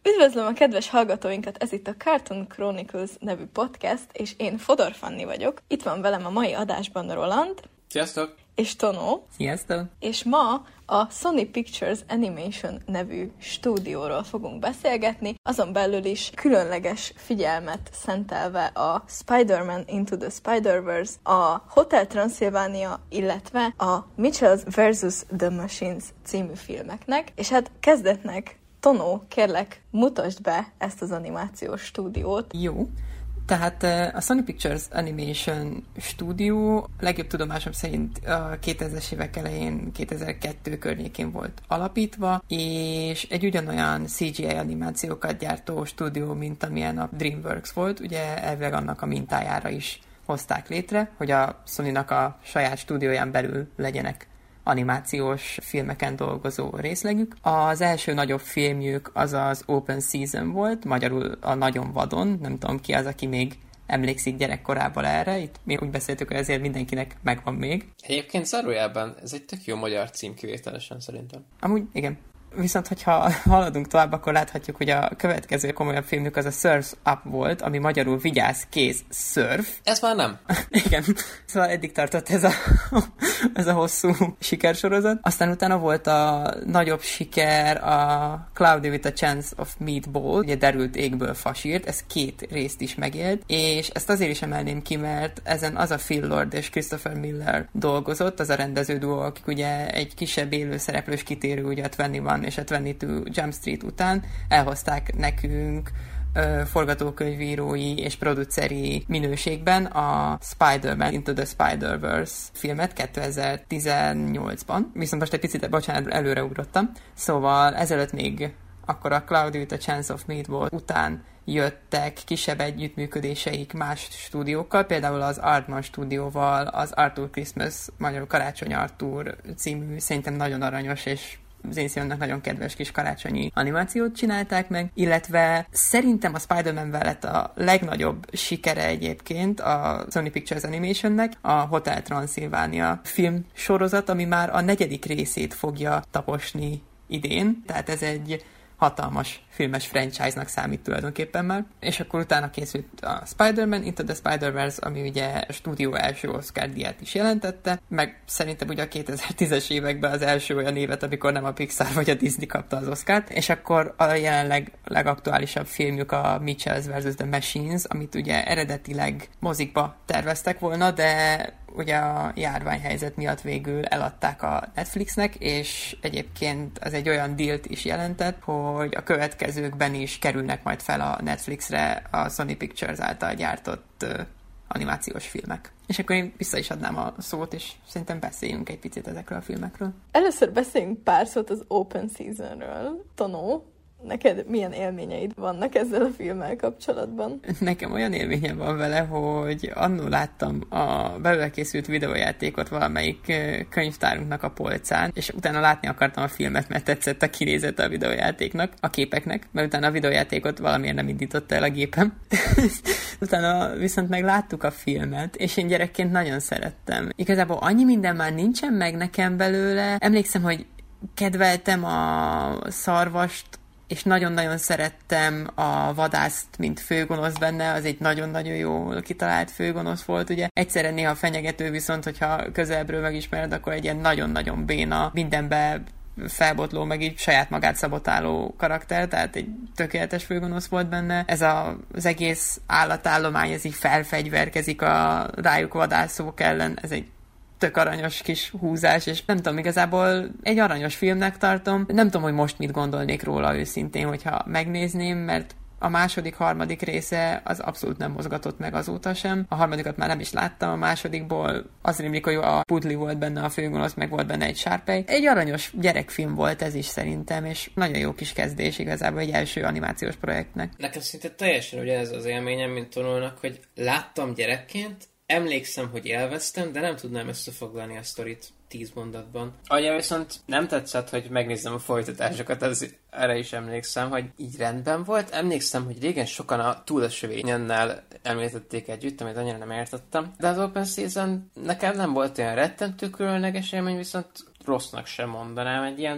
Üdvözlöm a kedves hallgatóinkat, ez itt a Cartoon Chronicles nevű podcast, és én Fodor Fanni vagyok. Itt van velem a mai adásban Roland. Sziasztok! És Tonó. Sziasztok! És ma a Sony Pictures Animation nevű stúdióról fogunk beszélgetni, azon belül is különleges figyelmet szentelve a Spider-Man Into the Spider-Verse, a Hotel Transylvania, illetve a Mitchells vs. The Machines című filmeknek. És hát kezdetnek, Tonó, kérlek, mutasd be ezt az animációs stúdiót. Jó. Tehát a Sony Pictures Animation stúdió legjobb tudomásom szerint a 2000-es évek elején, 2002 környékén volt alapítva, és egy ugyanolyan CGI animációkat gyártó stúdió, mint amilyen a DreamWorks volt, ugye elvileg annak a mintájára is hozták létre, hogy a Sony-nak a saját stúdióján belül legyenek animációs filmeken dolgozó részlegük. Az első nagyobb filmjük az az Open Season volt, magyarul a Nagyon vadon, nem tudom ki az, aki még emlékszik gyerekkorában erre, itt mi úgy beszéltük, hogy ezért mindenkinek megvan még. Egyébként zárójelben ez egy tök jó magyar cím kivételesen szerintem. Amúgy igen. Viszont, hogyha haladunk tovább, akkor láthatjuk, hogy a következő komolyabb filmük az a Surf's Up volt, ami magyarul vigyázz, kéz, surf. Ez már nem. Igen. Szóval eddig tartott ez a hosszú sikersorozat. Aztán utána volt a nagyobb siker, a Cloudy with a Chance of Meatball, ugye derült égből fasírt, ez 2 részt is megélt, és ezt azért is emelném ki, mert ezen az a Phil Lord és Christopher Miller dolgozott, az a rendező duó, akik ugye egy kisebb élőszereplős kitérő, ugye a 21 és a 22 Jump Street után elhozták nekünk forgatókönyvírói és produceri minőségben a Spider-Man Into the Spider-Verse filmet 2018-ban. Viszont most egy picit, bocsánat, előreugrottam. Szóval ezelőtt még akkor a Cloudy with a Chance of Meatball után jöttek kisebb együttműködéseik más stúdiókkal, például az Aardman stúdióval, az Arthur Christmas, magyarul Karácsony Arthur című, szerintem nagyon aranyos és az én szívemnek nagyon kedves kis karácsonyi animációt csinálták meg, illetve szerintem a Spider-Man-vel lett a legnagyobb sikere egyébként a Sony Pictures Animationnek a Hotel Transylvania film sorozat, ami már a 4. részét fogja taposni idén, tehát ez egy hatalmas filmes franchise-nak számít tulajdonképpen már. És akkor utána készült a Spider-Man Into the Spider-Verse, ami ugye a stúdió első Oscar-díját is jelentette, meg szerintem ugye a 2010-es években az első olyan évet, amikor nem a Pixar vagy a Disney kapta az Oscart, és akkor a jelenleg legaktuálisabb filmjük a Mitchells vs. The Machines, amit ugye eredetileg mozikba terveztek volna, de ugye a járványhelyzet miatt végül eladták a Netflixnek, és egyébként ez egy olyan dealt is jelentett, hogy a következőkben is kerülnek majd fel a Netflixre a Sony Pictures által gyártott animációs filmek. És akkor én vissza is adnám a szót, és szerintem beszéljünk egy picit ezekről a filmekről. Először beszéljünk pár szót az Open Seasonről. Tonó, neked milyen élményeid vannak ezzel a filmmel kapcsolatban? Nekem olyan élményem van vele, hogy annól láttam a belőle készült videójátékot valamelyik könyvtárunknak a polcán, és utána látni akartam a filmet, mert tetszett a kinézete a videójátéknak, a képeknek, mert utána a videójátékot valamiért nem indította el a gépem. Utána viszont meg láttuk a filmet, és én gyerekként nagyon szerettem. Igazából annyi minden már nincsen meg nekem belőle. Emlékszem, hogy kedveltem a szarvast, és nagyon-nagyon szerettem a vadászt, mint főgonosz benne, az egy nagyon-nagyon jól kitalált főgonosz volt, ugye. Egyszerre néha fenyegető, viszont hogyha közelebbről megismered, akkor egy ilyen nagyon-nagyon béna, mindenbe felbotló, meg így saját magát szabotáló karakter, tehát egy tökéletes főgonosz volt benne. Ez az egész állatállomány, ez így felfegyverkezik a rájuk vadászók ellen, ez egy tök aranyos kis húzás, és nem tudom, igazából egy aranyos filmnek tartom. Nem tudom, hogy most mit gondolnék róla őszintén, hogyha megnézném, mert a második, harmadik része az abszolút nem mozgatott meg azóta sem. A harmadikat már nem is láttam, a másodikból az rémlik, hogy a Pudli volt benne a főgonosz, meg volt benne egy Sharpay. Egy aranyos gyerekfilm volt ez is szerintem, és nagyon jó kis kezdés igazából egy első animációs projektnek. Nekem szinte teljesen ugyanez az élményem, mint Tonónak, hogy láttam gyerekként, emlékszem, hogy élveztem, de nem tudnám összefoglalni a sztorit 10 mondatban. Anya viszont nem tetszett, hogy megnézzem a folytatásokat, erre is emlékszem, hogy így rendben volt. Emlékszem, hogy régen sokan a Túl a sövényennel említették együtt, amit annyira nem értettem. De az Open Season nekem nem volt olyan rettentő különleges élmény, viszont rossznak sem mondanám. Egy ilyen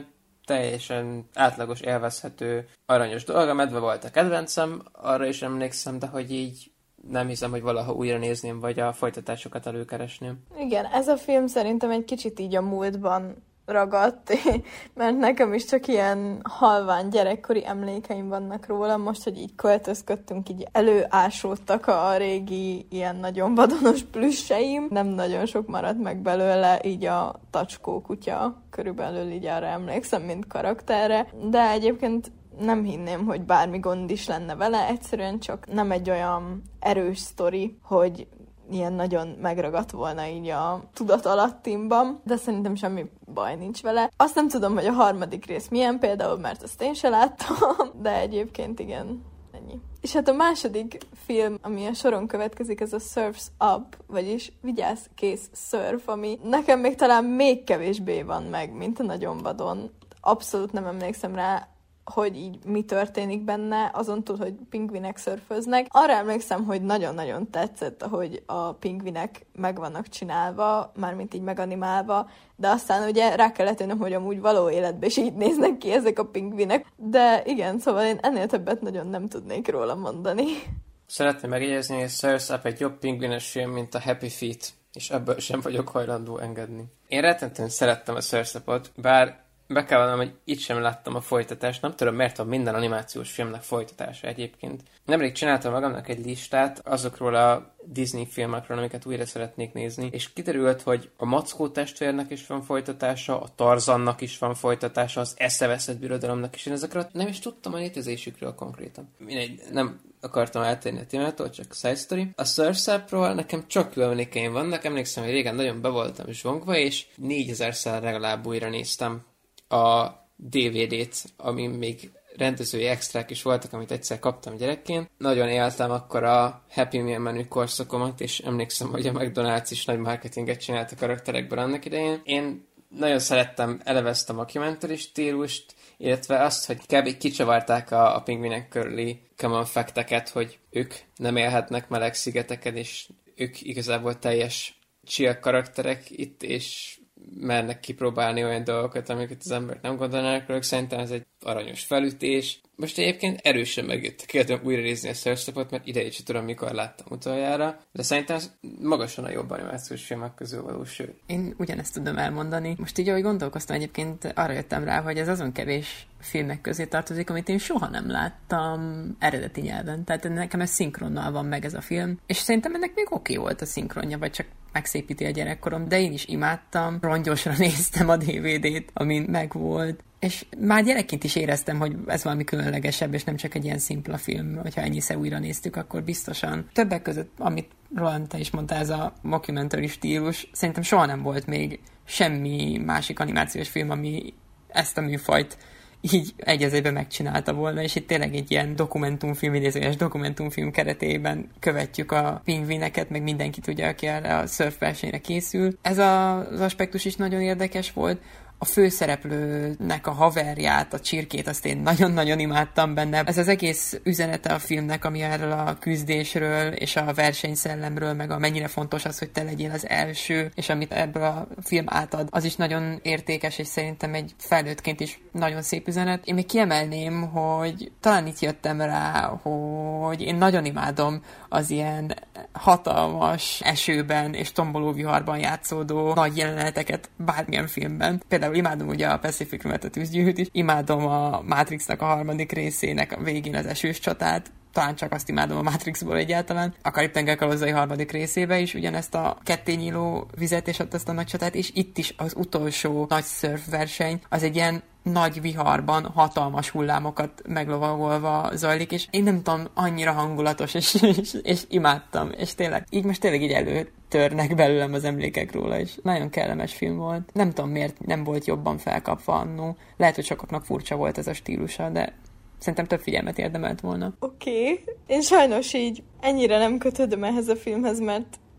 teljesen átlagos, élvezhető, aranyos dolog. A medve volt a kedvencem, arra is emlékszem, de hogy így nem hiszem, hogy valaha újra nézném, vagy a folytatásokat előkeresném. Igen, ez a film szerintem egy kicsit így a múltban ragadt, mert nekem is csak ilyen halvány gyerekkori emlékeim vannak róla. Most, hogy így költözködtünk, így előásódtak a régi ilyen nagyon vadonos plüsseim. Nem nagyon sok maradt meg belőle, így a tacskó kutya körülbelül így arra emlékszem, mint karakterre. De egyébként nem hinném, hogy bármi gond is lenne vele, egyszerűen csak nem egy olyan erős sztori, hogy ilyen nagyon megragadt volna így a tudatalattimban, de szerintem semmi baj nincs vele. Azt nem tudom, hogy a harmadik rész milyen például, mert azt én se láttam, de egyébként igen, ennyi. És hát a második film, ami a soron következik, ez a Surf's Up, vagyis Vigyázz, kész, surf, ami nekem még talán még kevésbé van meg, mint a Nagyon vadon. Abszolút nem emlékszem rá, hogy így mi történik benne, azon túl, hogy pingvinek szörföznek. Arra emlékszem, hogy nagyon-nagyon tetszett, ahogy a pingvinek meg vannak csinálva, mármint így meganimálva, de aztán ugye rá kellett jönnöm, hogy amúgy való életben is így néznek ki ezek a pingvinek. De igen, szóval én ennél többet nagyon nem tudnék róla mondani. Szeretném megjegyezni, hogy Surf's Up egy jobb pingvines film, mint a Happy Feet, és ebből sem vagyok hajlandó engedni. Én rettentően szerettem a Surf's Upot, bár be kell vallanom, hogy itt sem láttam a folytatást. Nem tudom, miért van minden animációs filmnek folytatása egyébként. Nemrég csináltam magamnak egy listát azokról a Disney filmekről, amiket újra szeretnék nézni, és kiderült, hogy a Mackó testvérnek is van folytatása, a Tarzannak is van folytatása, az Eszeveszett birodalomnak is. Én ezekről nem is tudtam a létezésükről konkrétan. Mindegy, nem akartam eltérni a témától, csak side story. A Surf's Upról nekem csak jó emlékeim vannak. Emlékszem, hogy régen nagyon be voltam zsongva, és 4000-szer legalább újra néztem a DVD-t, amin még rendezői extrák is voltak, amit egyszer kaptam gyerekként. Nagyon éltem akkor a Happy Meal menü korszakomat, és emlékszem, hogy a McDonald's is nagy marketinget csinált a karakterekből annak idején. Én nagyon szerettem eleve ezt a mockumentary stílust, illetve azt, hogy kb. Kicsavarták a pingvinek körüli common fact-eket, hogy ők nem élhetnek meleg szigeteken, és ők igazából teljes chill karakterek itt, és mernek kipróbálni olyan dolgokat, amiket az emberek nem gondolnának róluk. Szerintem ez egy aranyos felütés. Most egyébként erősen megjöttek, kérdem újra nézni a Surf's Upot, mert idejét sem tudom, mikor láttam utoljára, de szerintem ez magasan a jobb animációs filmek közül való, sőt. Én ugyanezt tudom elmondani. Most így, ahogy gondolkoztam, egyébként arra jöttem rá, hogy ez azon kevés filmek közé tartozik, amit én soha nem láttam eredeti nyelven. Tehát nekem ez szinkronnal van meg ez a film, és szerintem ennek még oké volt a szinkronja, vagy csak megszépíti a gyerekkorom, de én is imádtam. Rongyosra néztem a DVD-t, amin megvolt. És már gyerekként is éreztem, hogy ez valami különlegesebb, és nem csak egy ilyen szimpla film. Hogyha ennyiszer újra néztük, akkor biztosan. Többek között, amit Roland, te is mondtál, ez a mockumentary stílus, szerintem soha nem volt még semmi másik animációs film, ami ezt a műfajt így egyezében megcsinálta volna, és itt tényleg egy ilyen dokumentumfilm, idézőjes dokumentumfilm keretében követjük a pingvineket, meg mindenkit ugye, aki erre a surfversenyre készül. Ez az aspektus is nagyon érdekes volt. A főszereplőnek a haverját, a csirkét, azt én nagyon-nagyon imádtam benne. Ez az egész üzenete a filmnek, ami erről a küzdésről és a versenyszellemről, meg a mennyire fontos az, hogy te legyél az első, és amit ebből a film átad, az is nagyon értékes, és szerintem egy felnőttként is nagyon szép üzenet. Én még kiemelném, hogy talán itt jöttem rá, hogy én nagyon imádom az ilyen hatalmas esőben és tomboló viharban játszódó nagy jeleneteket bármilyen filmben. Például imádom ugye a Pacific Rimet, a tűzgyűrűt is, imádom a Matrixnak a harmadik részének a végén az esős csatát, talán csak azt imádom a Matrixból egyáltalán. A Karib-tenger kalózai harmadik részébe is ugyanezt a kettényíló vizet és ott azt a nagy csatát, és itt is az utolsó nagy surfverseny, az egy ilyen nagy viharban hatalmas hullámokat meglovagolva zajlik, és én nem tudom, annyira hangulatos, és imádtam, és tényleg, így most tényleg így előtörnek belőlem az emlékek róla, és nagyon kellemes film volt. Nem tudom, miért nem volt jobban felkapva annó. Lehet, hogy sokaknak furcsa volt ez a stílusa, de szerintem több figyelmet érdemelt volna. Oké. Én sajnos így ennyire nem kötődöm ehhez a filmhez, mert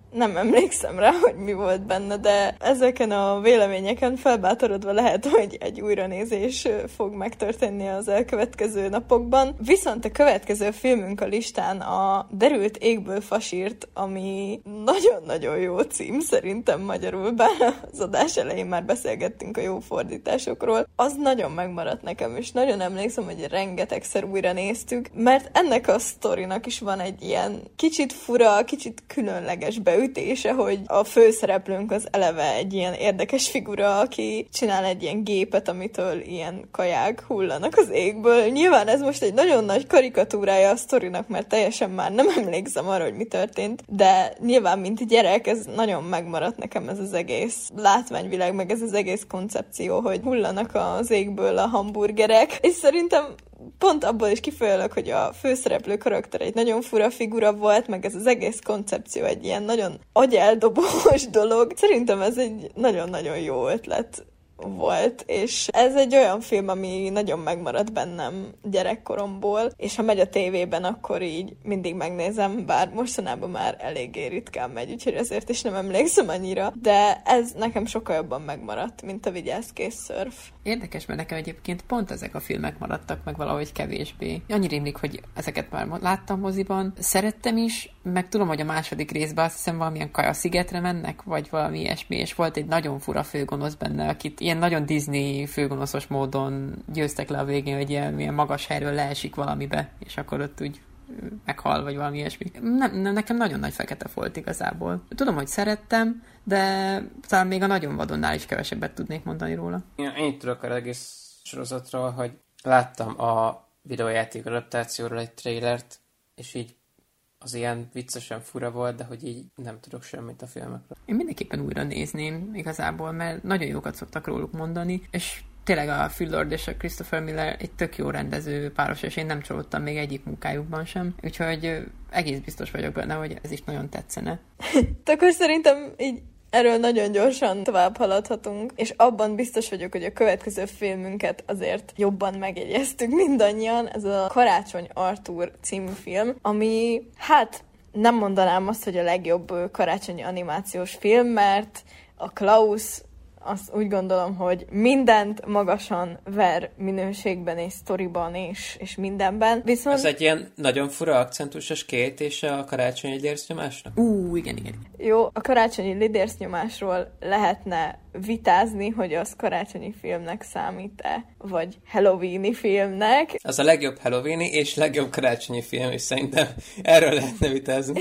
nem emlékszem rá, hogy mi volt benne, de ezeken a véleményeken felbátorodva lehet, hogy egy újranézés fog megtörténni az elkövetkező napokban. Viszont a következő filmünk a listán a Derült égből fasírt, ami nagyon-nagyon jó cím szerintem magyarul, bár az adás elején már beszélgettünk a jó fordításokról. Az nagyon megmaradt nekem, és nagyon emlékszem, hogy rengetegszer újra néztük, mert ennek a sztorinak is van egy ilyen kicsit fura, kicsit különleges beütése, hogy a főszereplőnk az eleve egy ilyen érdekes figura, aki csinál egy ilyen gépet, amitől ilyen kaják hullanak az égből. Nyilván ez most egy nagyon nagy karikatúrája a sztorinak, mert teljesen már nem emlékszem arra, hogy mi történt, de nyilván, mint gyerek, ez nagyon megmaradt nekem ez az egész látványvilág, meg ez az egész koncepció, hogy hullanak az égből a hamburgerek, és szerintem pont abból is kifolyólag, hogy a főszereplő karakter egy nagyon fura figura volt, meg ez az egész koncepció egy ilyen nagyon agyeldobós dolog. Szerintem ez egy nagyon-nagyon jó ötlet volt, és ez egy olyan film, ami nagyon megmaradt bennem gyerekkoromból, és ha megy a tévében, akkor így mindig megnézem, bár mostanában már eléggé ritkán megy, úgyhogy ezért is nem emlékszem annyira, de ez nekem sokkal jobban megmaradt, mint a Vigyázz-kész szörf. Érdekes, mert nekem egyébként pont ezek a filmek maradtak meg valahogy kevésbé. Annyira rémlik, hogy ezeket már láttam moziban. Szerettem is, meg tudom, hogy a második részben azt hiszem valamilyen Kaja-szigetre mennek, vagy valami ilyesmi, és volt egy nagyon fura főgonosz benne, akit ilyen nagyon Disney főgonoszos módon győztek le a végén, hogy ilyen magas helyről leesik valamibe, és akkor ott úgy meghal, vagy valami ilyesmi. Nekem nagyon nagy fekete volt igazából. Tudom, hogy szerettem, de talán még a Nagyon vadonnál is kevesebbet tudnék mondani róla. Én tudok az egész sorozatról, hogy láttam a videójáték adaptációról egy trailert, és így az ilyen viccesen fura volt, de hogy így nem tudok semmit a filmekről. Én mindenképpen újra nézném igazából, mert nagyon jókat szoktak róluk mondani, és tényleg a Phil Lord és a Christopher Miller egy tök jó rendező páros, és én nem csalódtam még egyik munkájukban sem, úgyhogy egész biztos vagyok benne, hogy ez is nagyon tetszene. Akkor szerintem így erről nagyon gyorsan tovább haladhatunk, és abban biztos vagyok, hogy a következő filmünket azért jobban megjegyeztük mindannyian. Ez a Karácsony Artúr című film, ami hát nem mondanám azt, hogy a legjobb karácsonyi animációs film, mert a Klaus azt úgy gondolom, hogy mindent magasan ver minőségben és sztoriban és mindenben. Viszont... Ez egy ilyen nagyon fura akcentusos kiejtése a karácsonyi lidércnyomásnak? Igen. Jó, a karácsonyi lidércnyomásról lehetne vitázni, hogy az karácsonyi filmnek számít-e, vagy Halloweeni filmnek. Az a legjobb Halloweeni és legjobb karácsonyi film, és szerintem erről lehetne vitázni.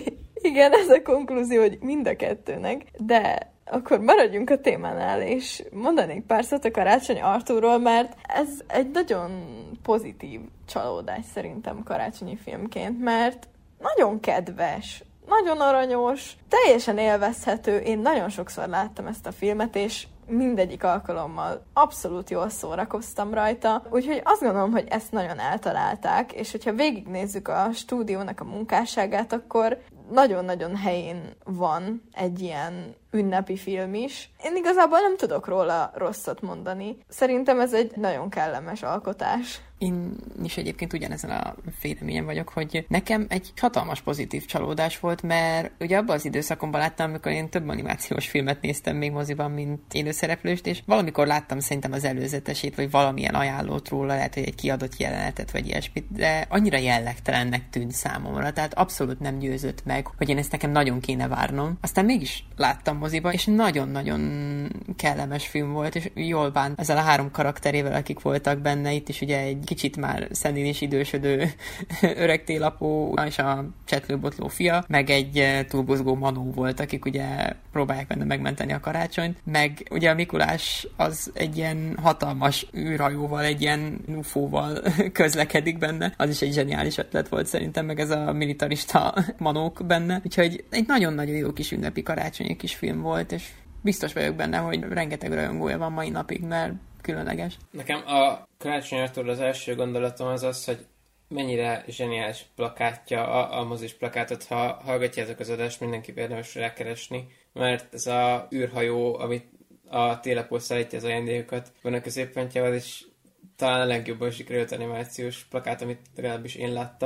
Igen, ez a konklúzió, hogy mind a kettőnek, de akkor maradjunk a témánál, és mondanék pár szót a Karácsony Artúrról, mert ez egy nagyon pozitív csalódás szerintem karácsonyi filmként, mert nagyon kedves, nagyon aranyos, teljesen élvezhető. Én nagyon sokszor láttam ezt a filmet, és mindegyik alkalommal abszolút jól szórakoztam rajta, úgyhogy azt gondolom, hogy ezt nagyon eltalálták, és hogyha végignézzük a stúdiónak a munkásságát, akkor nagyon-nagyon helyén van egy ilyen ünnepi film is. Én igazából nem tudok róla rosszat mondani. Szerintem ez egy nagyon kellemes alkotás. Én is egyébként ugyanezen a véleményen vagyok, hogy nekem egy hatalmas pozitív csalódás volt, mert ugye abban az időszakomban láttam, amikor én több animációs filmet néztem még moziban, mint élőszereplőst, és valamikor láttam szerintem az előzetesét, vagy valamilyen ajánlót róla, lehet, hogy egy kiadott jelenetet, vagy ilyesmit, de annyira jellegtelennek tűnt számomra, tehát abszolút nem győzött meg, hogy én ezt nekem nagyon kéne várnom. Aztán mégis láttam moziba, és nagyon-nagyon kellemes film volt, és jól bánt ezzel a 3 karakterével, akik voltak benne. Itt is ugye egy kicsit már szenil is idősödő öreg télapó, és a csetlőbotló fia, meg egy túlbuzgó Manó volt, akik ugye próbálják benne megmenteni a karácsonyt, meg ugye a Mikulás az egy ilyen hatalmas űrhajóval, egy ilyen UFO-val közlekedik benne. Az is egy zseniális ötlet volt szerintem, meg ez a militarista Manók benne. Úgyhogy egy nagyon-nagyon jó kis ünnepi karácsonyi kis film volt, és biztos vagyok benne, hogy rengeteg rajongója van mai napig, mert különleges. Nekem a Karácsony Artúrról az első gondolatom az, hogy mennyire zseniális plakátja a mozis plakátot. Ha hallgatjátok az adást, mindenki érdemes rákeresni, mert ez a űrhajó, amit a télapó szállítja az ajándékokat, van a középpontjával, és talán a legjobban sikerült animációs plakát, amit legalábbis én láttam.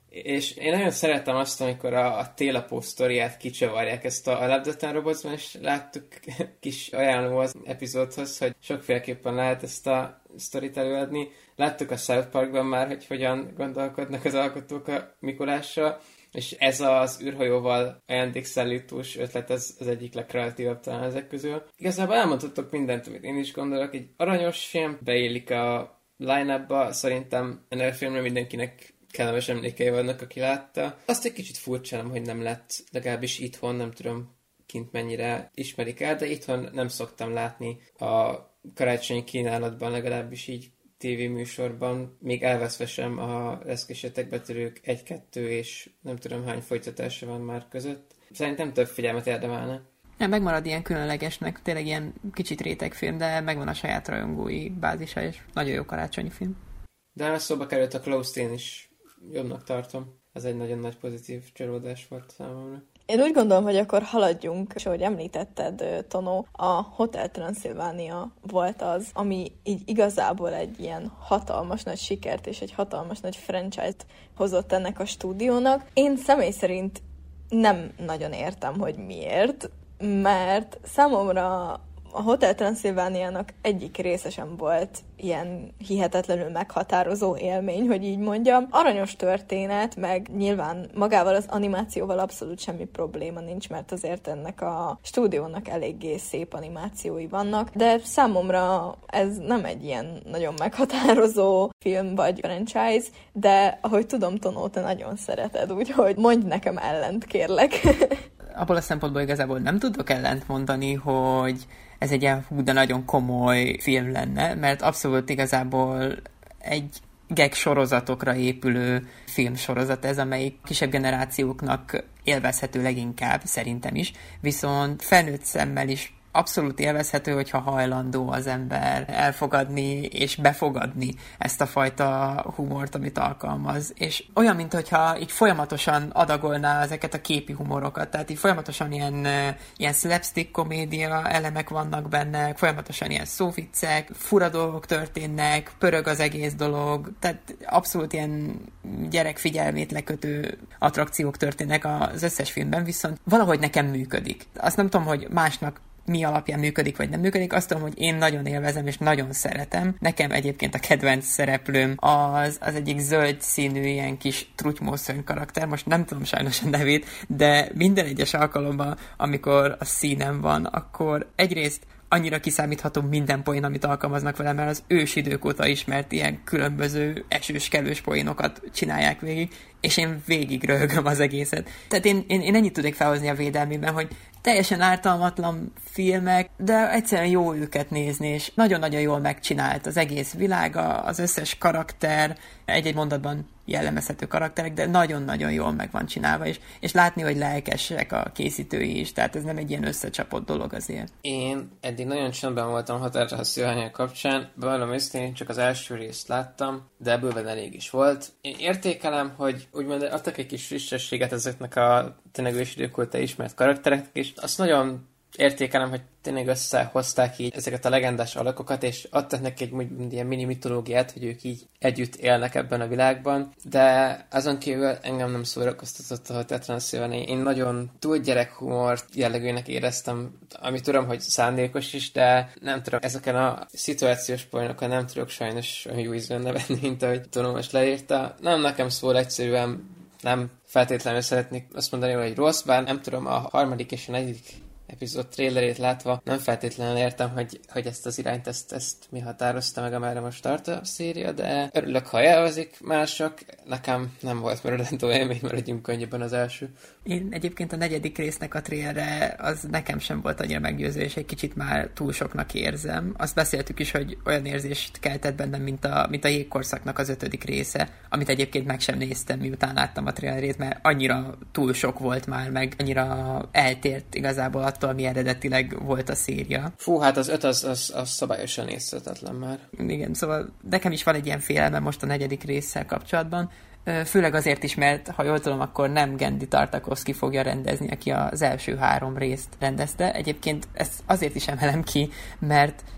És én nagyon szeretem azt, amikor a télapó sztoriát kicsavarják ezt a Love, Death and Robotsban, és láttuk kis ajánló az epizódhoz, hogy sokféleképpen lehet ezt a sztorit előadni. Láttuk a South Parkban már, hogy hogyan gondolkodnak az alkotók a Mikulással, és ez az űrhajóval ajándékszállítós ötlet az egyik legkreatívabb talán ezek közül. Igazából elmondhatok mindent, amit én is gondolok. Egy aranyos film, beillik a line-upba, szerintem ennél a filmre mindenkinek kellemes emlékei vannak, aki látta. Azt egy kicsit furcsálom, hogy nem lett, legalábbis itthon, nem tudom kint mennyire ismerik el, de itthon nem szoktam látni a karácsonyi kínálatban, legalábbis így tévéműsorban, még elveszve sem a Reszkesetek betörők 1-2 és nem tudom hány folytatása van már között. Szerintem több figyelmet érdemelne. Ja, megmarad ilyen különlegesnek, tényleg ilyen kicsit rétegfilm, de megvan a saját rajongói bázisa, és nagyon jó karácsonyi film. De már szóba került a Klaust, én is jobbnak tartom. Ez egy nagyon nagy pozitív csalódás volt számomra. Én úgy gondolom, hogy akkor haladjunk, és ahogy említetted, Tonó, a Hotel Transylvania volt az, ami így igazából egy ilyen hatalmas nagy sikert és egy hatalmas nagy franchise-t hozott ennek a stúdiónak. Én személy szerint nem nagyon értem, hogy miért, mert számomra a Hotel Transylvaniának egyik része sem volt ilyen hihetetlenül meghatározó élmény, hogy így mondjam. Aranyos történet, meg nyilván magával az animációval abszolút semmi probléma nincs, mert azért ennek a stúdiónak eléggé szép animációi vannak, de számomra ez nem egy ilyen nagyon meghatározó film vagy franchise, de ahogy tudom, Tonó, te nagyon szereted, úgyhogy mondj nekem ellent, kérlek. Abból a szempontból igazából nem tudok ellent mondani, hogy ez egy ilyen de nagyon komoly film lenne, mert abszolút igazából egy gag sorozatokra épülő filmsorozat ez, amelyik kisebb generációknak élvezhető leginkább, szerintem is, viszont felnőtt szemmel is abszolút élvezhető, hogyha hajlandó az ember elfogadni és befogadni ezt a fajta humort, amit alkalmaz. És olyan, mintha így folyamatosan adagolná ezeket a képi humorokat, tehát így folyamatosan ilyen slapstick komédia elemek vannak benne, folyamatosan ilyen szóviccek, fura dolgok történnek, pörög az egész dolog, tehát abszolút ilyen gyerek figyelmét lekötő attrakciók történnek az összes filmben, viszont valahogy nekem működik. Azt nem tudom, hogy másnak mi alapján működik, vagy nem működik. Azt tudom, hogy én nagyon élvezem, és nagyon szeretem. Nekem egyébként a kedvenc szereplőm az egyik zöld színű, ilyen kis trutymószörny karakter. Most nem tudom sajnos a nevét, de minden egyes alkalommal, amikor a színem van, akkor egyrészt annyira kiszámíthatom minden poén, amit alkalmaznak vele, mert az ősidők óta ismert ilyen különböző esős-kelős poénokat csinálják végig, és én végig röhögöm az egészet. Tehát én ennyit tudnék felhozni a védelmében, hogy teljesen ártalmatlan filmek, de egyszerűen jó őket nézni, és nagyon-nagyon jól megcsinált az egész világa, az összes karakter, egy-egy mondatban jellemezhető karakterek, de nagyon-nagyon jól meg van csinálva, és látni, hogy lelkesek a készítői is, tehát ez nem egy ilyen összecsapott dolog azért. Én eddig nagyon csendben voltam a Hotel Transylvania kapcsán, bevallom őszintén, én csak az első részt láttam, de bőven elég is volt. Én értékelem, hogy úgymond adtak egy kis frissességet ezeknek a tényleg ősidők óta ismert karaktereknek, és azt nagyon értékelem, hogy tényleg összehozták így ezeket a legendás alakokat, és adtak neki egy ilyen mini mitológiát, hogy ők így együtt élnek ebben a világban, de azon kívül engem nem szórakoztatott a Hotel Transylvania. Én nagyon túl gyerekhumor jellegűnek éreztem, amit tudom, hogy szándékos is, de nem tudom, ezeken a szituációs poénokon nem tudok sajnos olyan jó ízűen nevetni, mint ahogy Tonó most leírta. Nem nekem szól, egyszerűen nem feltétlenül szeretnék azt mondani, hogy rossz, bár nem tudom, a harmadik és a negyedik epizód trailerét látva nem feltétlenül értem, hogy ezt az irányt, ezt mi határozta meg, amerre most tart a széria, de örülök, ha élvezik mások. Nekem nem volt maradandó élmény, maradjunk könnyebben az első. Én egyébként a negyedik résznek a trailerre az nekem sem volt annyira meggyőző, és egy kicsit már túl soknak érzem. Azt beszéltük is, hogy olyan érzést keltett bennem, mint a Jégkorszaknak az 5. része, amit egyébként meg sem néztem, miután láttam a trailerét, mert annyira túl sok volt már, meg annyira eltért igazából attól, ami eredetileg volt a széria. Fú, hát az 5 az szabályosan nézhetetlen már. Igen, szóval nekem is van egy ilyen félelmem most a negyedik résszel kapcsolatban. Főleg azért is, mert ha jól tudom, akkor nem Genndy Tartakovsky fogja rendezni, aki az első 3 részt rendezte. Egyébként ezt azért is emelem ki, mert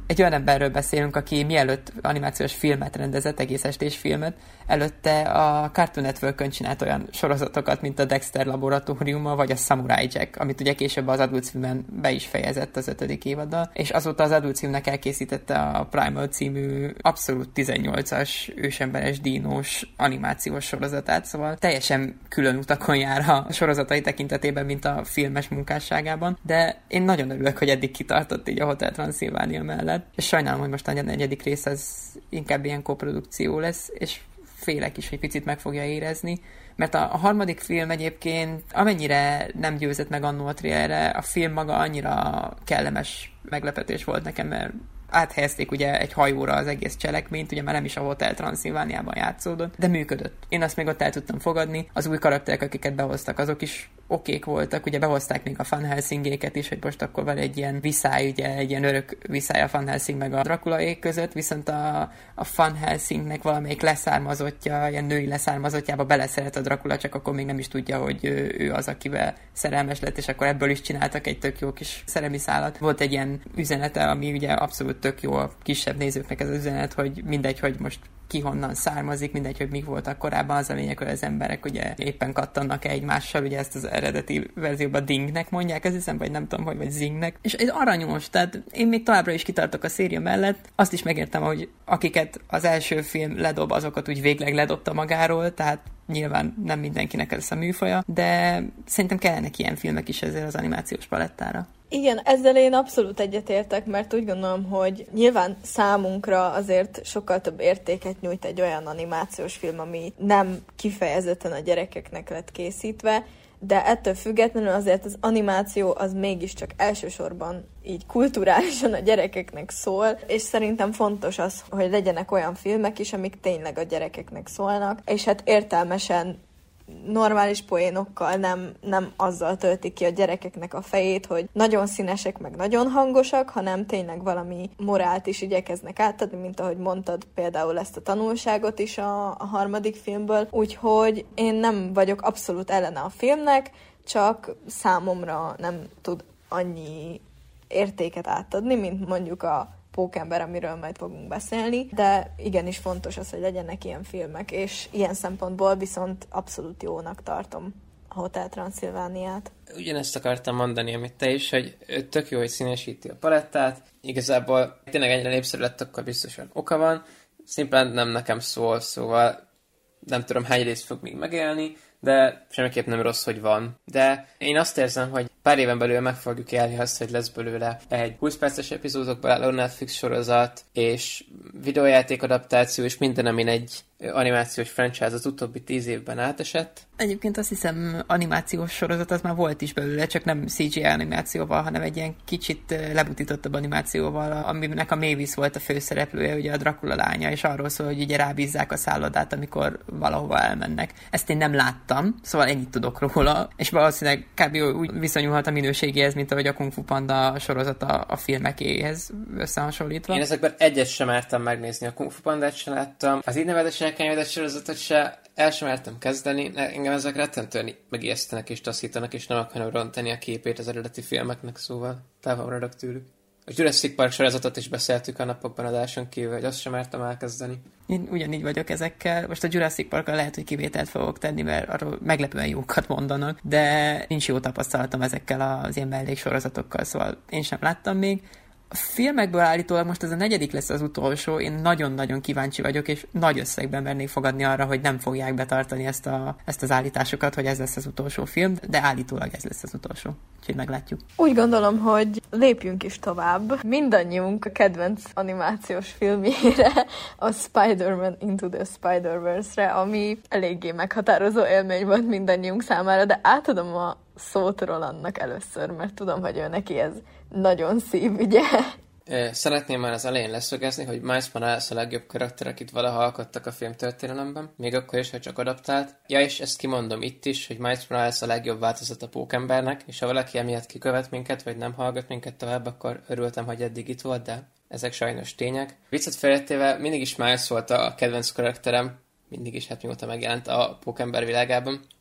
egy olyan emberről beszélünk, aki mielőtt animációs filmet rendezett, egész estés filmet, előtte a Cartoon Networkön csinált olyan sorozatokat, mint a Dexter Laboratóriuma, vagy a Samurai Jack, amit ugye később az Adult Swim-en be is fejezett az 5. évaddal, és azóta az Adult Swimnek elkészítette a Primal című abszolút 18-as ősemberes dínós animációs sorozatát, szóval teljesen külön utakon jár a sorozatai tekintetében, mint a filmes munkásságában, de én nagyon örülök, hogy eddig kitartott így a Hotel Transylvania mellett, és sajnálom, hogy most a 4. rész az inkább ilyen koprodukció lesz, és félek is, hogy picit meg fogja érezni, mert a 3. film egyébként amennyire nem győzött meg annó a trailerre, a film maga annyira kellemes meglepetés volt nekem, mert áthelyezték ugye egy hajóra az egész cselekményt, ugye már nem is a Hotel Transylvániában játszódott, de működött. Én azt még ott el tudtam fogadni. Az új karakterek, akiket behoztak, azok is okék voltak, ugye behozták még a Van Helsingéket is, hogy most akkor van egy ilyen viszály, ugye egy ilyen örök viszály a Van Helsing meg a Draculaék között, viszont a Van Helsingnek valamelyik leszármazottja, ilyen női leszármazottjába beleszeret a Dracula, csak akkor még nem is tudja, hogy ő az, akivel szerelmes lett, és akkor ebből is csináltak egy tök jó kis szerelmi szálat. Volt egy ilyen üzenete, ami ugye abszolút tök jó a kisebb nézőknek ez az üzenet, hogy mindegy, hogy most ki honnan származik, mindegy, hogy mik voltak korábban, az a lényeg, hogy az emberek ugye éppen kattannak egymással, ugye ezt az eredeti verzióban Dingnek mondják, ez hiszem, vagy nem tudom, hogy vagy Zingnek. És ez aranyos, tehát én még továbbra is kitartok a széria mellett. Azt is megértem, hogy akiket az első film ledob, azokat úgy végleg ledobta magáról, tehát nyilván nem mindenkinek ez a műfaja, de szerintem kellenek ilyen filmek is ezzel az animációs palettára. Igen, ezzel én abszolút egyetértek, mert úgy gondolom, hogy nyilván számunkra azért sokkal több értéket nyújt egy olyan animációs film, ami nem kifejezetten a gyerekeknek lett készítve, de ettől függetlenül azért az animáció az mégiscsak elsősorban így kulturálisan a gyerekeknek szól, és szerintem fontos az, hogy legyenek olyan filmek is, amik tényleg a gyerekeknek szólnak, és hát értelmesen normális poénokkal nem azzal töltik ki a gyerekeknek a fejét, hogy nagyon színesek, meg nagyon hangosak, hanem tényleg valami morált is igyekeznek átadni, mint ahogy mondtad például ezt a tanulságot is a 3. filmből. Úgyhogy én nem vagyok abszolút ellene a filmnek, csak számomra nem tud annyi értéket átadni, mint mondjuk a Pókember, amiről majd fogunk beszélni, de igenis fontos az, hogy legyenek ilyen filmek, és ilyen szempontból viszont abszolút jónak tartom a Hotel Transylvániát. Ugyanezt akartam mondani, amit te is, hogy tök jó, hogy színesíti a palettát. Igazából tényleg ennyire népszerű lett, akkor biztosan oka van. Szimplán nem nekem szól, szóval nem tudom, hány részt fog még megélni, de semmiképp nem rossz, hogy van. De én azt érzem, hogy pár éven belül meg fogjuk élni azt, hogy lesz belőle egy 20 perces epizódokból álló Netflix sorozat, és videójáték adaptáció, és minden, amin egy animációs franchise az utóbbi 10 évben átesett. Egyébként azt hiszem, animációs sorozat az már volt is belőle, csak nem CGI animációval, hanem egy ilyen kicsit lebutítottabb animációval, aminek a Mavis volt a főszereplője, ugye a Dracula lánya, és arról szól, hogy ugye rábízzák a szállodát, amikor valahova elmennek. Ezt én nem láttam, szóval ennyit tudok róla, és valószínűleg kb. Úgy viszonyulhat a minőségéhez, mint ahogy a Kung Fu Panda sorozata a filmekéhez összehasonlítva. Én ezekben egyet sem mertem megnézni, a Kung Fu Pandát sem láttam, az így nevezetesen elkönyvedett sorozatot se, el sem mertem kezdeni, engem ezek rettentően megijesztenek és taszítanak, és nem akarom rontani a képét az eredeti filmeknek, szóval távol maradok tőlük. A Jurassic Park sorozatot is beszéltük a napokban adáson kívül, hogy azt sem mertem elkezdeni. Én ugyanígy vagyok ezekkel. Most a Jurassic Parkkal lehet, hogy kivételt fogok tenni, mert arról meglepően jókat mondanak, de nincs jó tapasztalatom ezekkel az ilyen melléksorozatokkal, szóval én sem láttam még. A filmekből állítólag most ez a 4. lesz az utolsó, én nagyon-nagyon kíváncsi vagyok, és nagy összegben mernék fogadni arra, hogy nem fogják betartani ezt az állításokat, hogy ez lesz az utolsó film, de állítólag ez lesz az utolsó. Úgyhogy meglátjuk. Úgy gondolom, hogy lépjünk is tovább. Mindannyiunk a kedvenc animációs filmjére, a Spider-Man Into the Spider-Verse-re, ami eléggé meghatározó élmény volt mindannyiunk számára, de átadom a szót Rolandnak először, mert tudom, hogy ő neki ez nagyon szívügye. Szeretném már az elején leszögezni, hogy Miles Morales a legjobb karakter, akit valaha alkottak a film történelemben, még akkor is, ha csak adaptált. Ja, és ezt kimondom itt is, hogy Miles Morales a legjobb változat a Pókembernek, és ha valaki emiatt kikövet minket, vagy nem hallgat minket tovább, akkor örültem, hogy eddig itt volt, de ezek sajnos tények. Viccet félretéve mindig is Miles volt a kedvenc karakterem, mindig is, hát mióta megjelent a Pókember világában.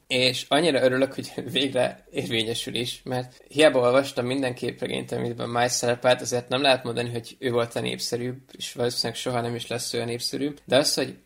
és annyira örülök, hogy végre érvényesül is, mert hiába olvastam minden képregényt, amiben Miles szerepelt, azért nem lehet mondani, hogy ő volt a népszerűbb, és valószínűleg soha nem is lesz olyan népszerűbb, de az, hogy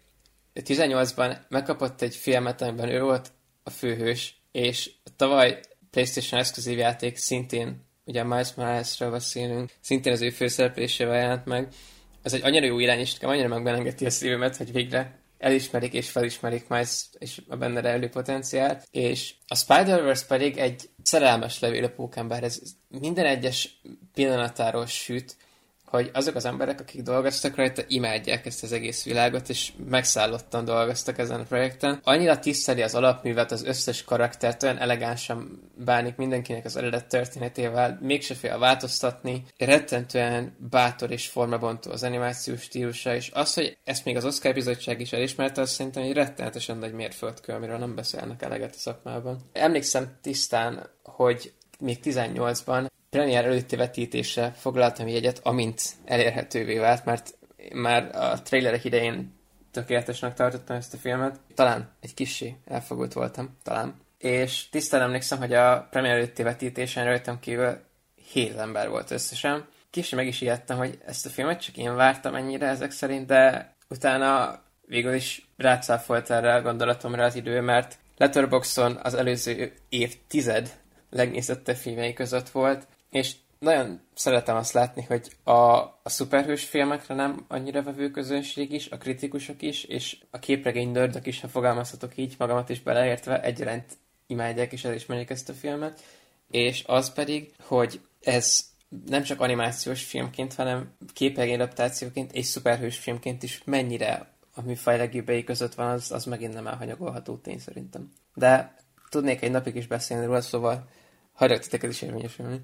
18-ban megkapott egy filmet, amiben ő volt a főhős, és tavaly PlayStation exkluzív játék szintén, ugye Miles Moralesről beszélünk, szintén az ő főszereplésével jelent meg. Ez egy annyira jó irány, és nekem annyira megbelengeti a szívemet, hogy végre elismerik és felismerik Miles és a benne rejlő potenciált. És a Spider-Verse pedig egy szerelmes levél a pókember. Ez minden egyes pillanatáról süt, hogy azok az emberek, akik dolgoztak rajta, imádják ezt az egész világot, és megszállottan dolgoztak ezen a projekten. Annyira tiszteli az alapművet, az összes karaktert, olyan elegánsan bánik mindenkinek az eredet történetével, mégse fél változtatni, rettentően bátor és formabontó az animációs stílusa, és az, hogy ezt még az Oscar bizottság is elismerte, az szerintem egy rettenetesen nagy mérföldkő, amiről nem beszélnek eleget a szakmában. Emlékszem tisztán, hogy még 18-ban premier előtti vetítésre foglaltam jegyet, amint elérhetővé vált, mert már a trailerek idején tökéletesnek tartottam ezt a filmet. Talán egy kissé elfogult voltam, talán. És tisztán emlékszem, hogy a premier előtti vetítésen rajtam kívül 7 ember volt összesen. Kissé meg is ijedtem, hogy ezt a filmet csak én vártam ennyire ezek szerint, de utána végül is rácáfolt erre a gondolatomra az idő, mert Letterboxdon az előző évtized legnézettebb filmjei között volt, és nagyon szeretem azt látni, hogy a szuperhős filmekre nem annyira vevő közönség is, a kritikusok is, és a képregény nördök is, ha fogalmazhatok így, magamat is beleértve, egyaránt imádják és elismerik ezt a filmet, és az pedig, hogy ez nem csak animációs filmként, hanem képregény adaptációként és szuperhős filmként is mennyire a műfaj legjobbjai között van, az megint nem elhanyagolható tény szerintem. De tudnék egy napig is beszélni róla, szóval hagyjuk titeket is érvényesülni.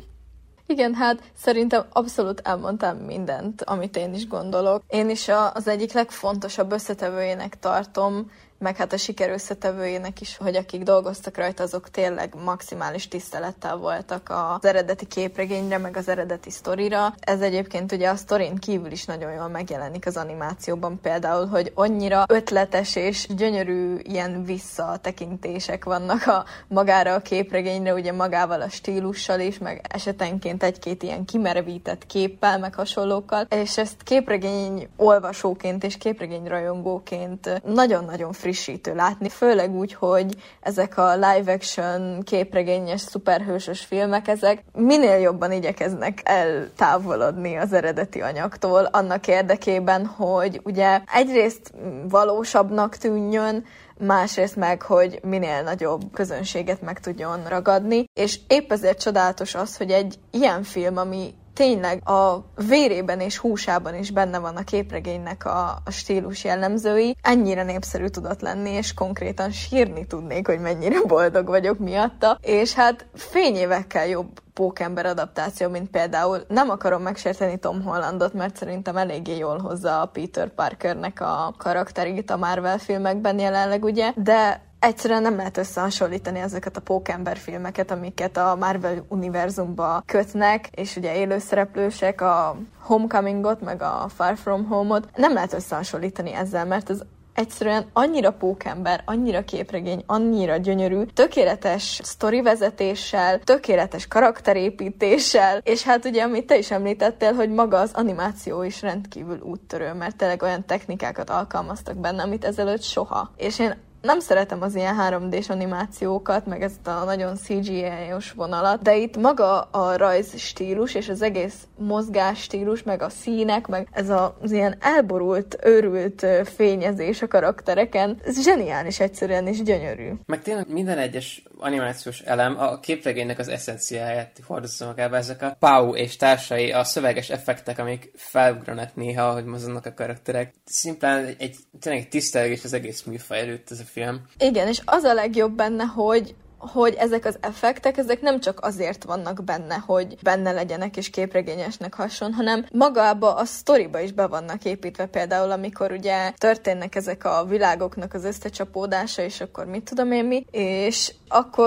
Igen, hát szerintem abszolút elmondtam mindent, amit én is gondolok. Én is az egyik legfontosabb összetevőjének tartom, meg hát a siker összetevőjének is, hogy akik dolgoztak rajta, azok tényleg maximális tisztelettel voltak az eredeti képregényre, meg az eredeti sztorira. Ez egyébként ugye a sztorin kívül is nagyon jól megjelenik az animációban, például, hogy annyira ötletes és gyönyörű ilyen visszatekintések vannak magára a képregényre, ugye magával a stílussal is, meg esetenként egy-két ilyen kimerevített képpel, meg hasonlókkal, és ezt képregény olvasóként és képregény rajongóként nagyon-nagyon frissítő látni, főleg úgy, hogy ezek a live-action, képregényes, szuperhősös filmek, ezek minél jobban igyekeznek eltávolodni az eredeti anyagtól, annak érdekében, hogy ugye egyrészt valósabbnak tűnjön, másrészt meg, hogy minél nagyobb közönséget meg tudjon ragadni, és épp ezért csodálatos az, hogy egy ilyen film, ami tényleg a vérében és húsában is benne van a képregénynek a stílus jellemzői, ennyire népszerű tudott lenni, és konkrétan sírni tudnék, hogy mennyire boldog vagyok miatta, és hát fényévekkel jobb Pókember adaptáció, mint például, nem akarom megsérteni Tom Hollandot, mert szerintem eléggé jól hozza a Peter Parkernek a karakterét a Marvel filmekben jelenleg, ugye, de egyszerűen nem lehet összehasonlítani ezeket a Pókember filmeket, amiket a Marvel univerzumba kötnek, és ugye élőszereplősek, a Homecomingot, meg a Far From Home-ot. Nem lehet összehasonlítani ezzel, mert ez egyszerűen annyira pókember, annyira képregény, annyira gyönyörű, tökéletes sztorivezetéssel, tökéletes karakterépítéssel, és hát ugye, amit te is említettél, hogy maga az animáció is rendkívül úttörő, mert tényleg olyan technikákat alkalmaztak benne, amit ezelőtt soha. És én nem szeretem az ilyen 3D-s animációkat, meg ezt a nagyon CGI-os vonalat, de itt maga a rajz stílus, és az egész mozgás stílus, meg a színek, meg ez az ilyen elborult, őrült fényezés a karaktereken, ez zseniális egyszerűen, és gyönyörű. Meg tényleg minden egyes animációs elem a képregénynek az eszenciáját hordozza magába, ezek a Pau és társai, a szöveges effektek, amik felugranak néha, ahogy mozognak a karakterek. Szimplán tényleg egy tisztelgés az egész műfaj előtt ez a film. Igen, és az a legjobb benne, hogy ezek az effektek, ezek nem csak azért vannak benne, hogy benne legyenek és képregényesnek hasson, hanem magába a sztoriba is be vannak építve, például amikor ugye történnek ezek a világoknak az összecsapódása, és akkor mit tudom én mi, és akkor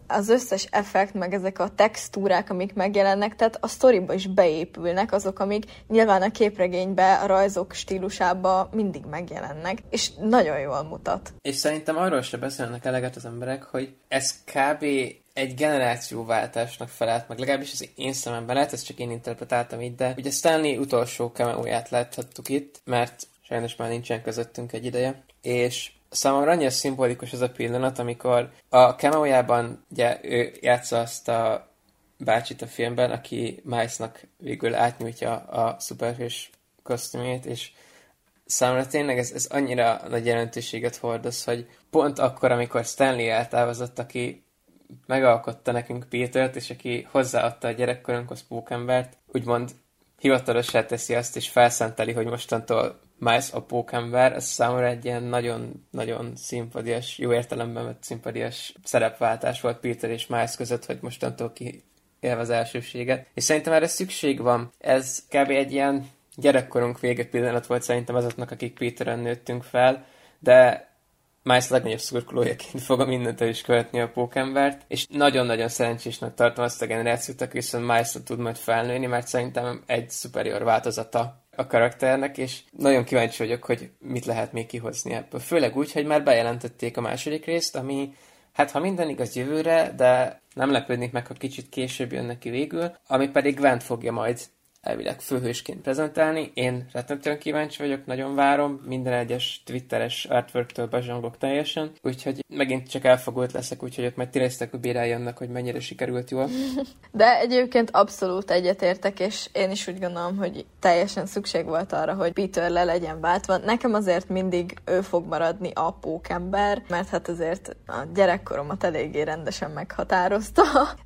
az összes effekt, meg ezek a textúrák, amik megjelennek, tehát a sztoriba is beépülnek, azok, amik nyilván a képregénybe, a rajzok stílusába mindig megjelennek, és nagyon jól mutat. És szerintem arról se beszélnek eleget az emberek, hogy ez kb. Egy generációváltásnak felelt meg, legalábbis az én szememben, lehet, ezt csak én interpretáltam így, de ugye Stanley utolsó cameóját láthattuk itt, mert sajnos már nincsen közöttünk egy ideje, és számomra annyira szimbolikus az a pillanat, amikor a cameójában ugye ő játsza azt a bácsit a filmben, aki Milesnak végül átnyújtja a szuperhős kosztümét, és számomra tényleg ez annyira nagy jelentőséget hordoz, hogy pont akkor, amikor Stanley eltávozott, aki megalkotta nekünk Petert, és aki hozzáadta a gyerekkorunkhoz Pókembert, úgymond hivatalossá teszi azt, és felszenteli, hogy mostantól Miles a Pókember, ez számomra egy ilyen nagyon-nagyon szimpadias, jó értelemben vett szimpadias szerepváltás volt Peter és Miles között, hogy mostantól ki élve az elsőséget. És szerintem erre szükség van. Ez kb. Egy ilyen gyerekkorunk vége pillanat volt szerintem azoknak, akik Peteren nőttünk fel, de Miles legnagyobb szurkolójaként fogom mindentől is követni a Pókembert, és nagyon-nagyon szerencsésnek tartom azt a generációt, aki viszont Miles-ra tud majd felnőni, mert szerintem egy superior változata a karakternek, és nagyon kíváncsi vagyok, hogy mit lehet még kihozni ebből. Főleg úgy, hogy már bejelentették a második részt, ami, hát ha minden igaz jövőre, de nem lepődnék meg, ha kicsit később jön neki végül, ami pedig Gwent fogja majd elvileg főhősként prezentálni. Én rettentően kíváncsi vagyok, nagyon várom, minden egyes twitteres artworktől bezsongok teljesen, úgyhogy megint csak elfogult leszek, úgyhogy ott majd Tiresztek bírálja annak, hogy mennyire sikerült jól. De egyébként abszolút egyetértek, és én is úgy gondolom, hogy teljesen szükség volt arra, hogy Peter le legyen váltva. Nekem azért mindig ő fog maradni a Pókember, mert hát azért a gyerekkoromat eléggé rendesen meghatározta,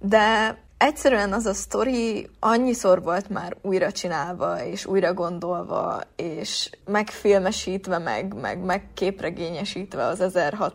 de egyszerűen az a sztori annyiszor volt már újra csinálva, és újra gondolva, és megfilmesítve, meg képregényesítve az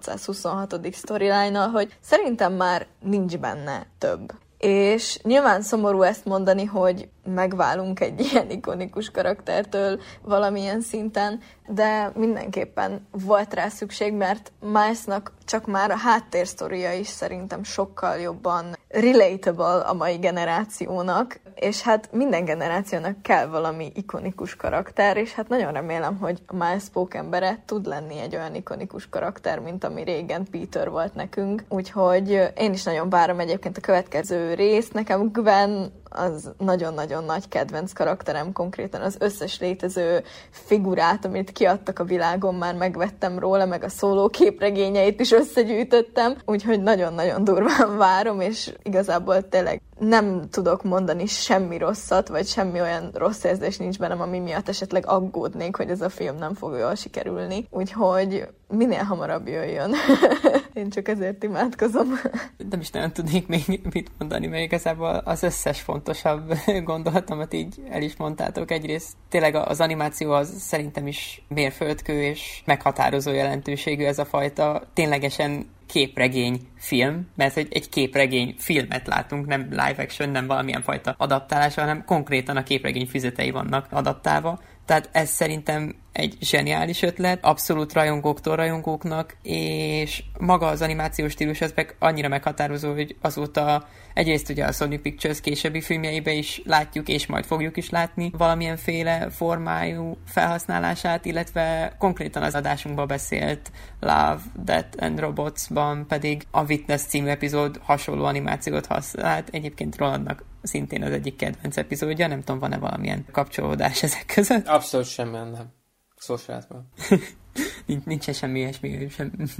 1626. storyline-nal, hogy szerintem már nincs benne több. És nyilván szomorú ezt mondani, hogy megválunk egy ilyen ikonikus karaktertől valamilyen szinten, de mindenképpen volt rá szükség, mert Milesnak csak már a háttérsztoria is szerintem sokkal jobban relatable a mai generációnak, és hát minden generációnak kell valami ikonikus karakter, és hát nagyon remélem, hogy a Miles Pókembere tud lenni egy olyan ikonikus karakter, mint ami régen Peter volt nekünk, úgyhogy én is nagyon várom egyébként a következő részt. Nekem Gwen az nagyon-nagyon nagy kedvenc karakterem, konkrétan az összes létező figurát, amit kiadtak a világon, már megvettem róla, meg a szóló képregényeit is összegyűjtöttem, úgyhogy nagyon-nagyon durván várom, és igazából tényleg nem tudok mondani semmi rosszat, vagy semmi olyan rossz érzés nincs bennem, ami miatt esetleg aggódnék, hogy ez a film nem fog jól sikerülni. Úgyhogy minél hamarabb jöjjön. Én csak ezért imádkozom. Nem is nagyon tudnék még mit mondani, mert igazából az összes fontosabb gondolatomat így el is mondtátok. Egyrészt tényleg az animáció az szerintem is mérföldkő és meghatározó jelentőségű, ez a fajta ténylegesen képregény film, mert egy képregény filmet látunk, nem live action, nem valamilyen fajta adaptálása, hanem konkrétan a képregény füzetei vannak adaptálva. Tehát ez szerintem egy zseniális ötlet, abszolút rajongóktól rajongóknak, és maga az animációs stílus az meg annyira meghatározó, hogy azóta egyrészt ugye a Sony Pictures későbbi filmjeibe is látjuk, és majd fogjuk is látni valamilyenféle formájú felhasználását, illetve konkrétan az adásunkban beszélt Love, Death and Robots-ban pedig a Witness című epizód hasonló animációt használt. Egyébként Rolandnak szintén az egyik kedvenc epizódja, nem tudom, van-e valamilyen kapcsolódás ezek között? Abszolút semmilyen nem. Szó sajátban. Nincsen semmi ilyesmi.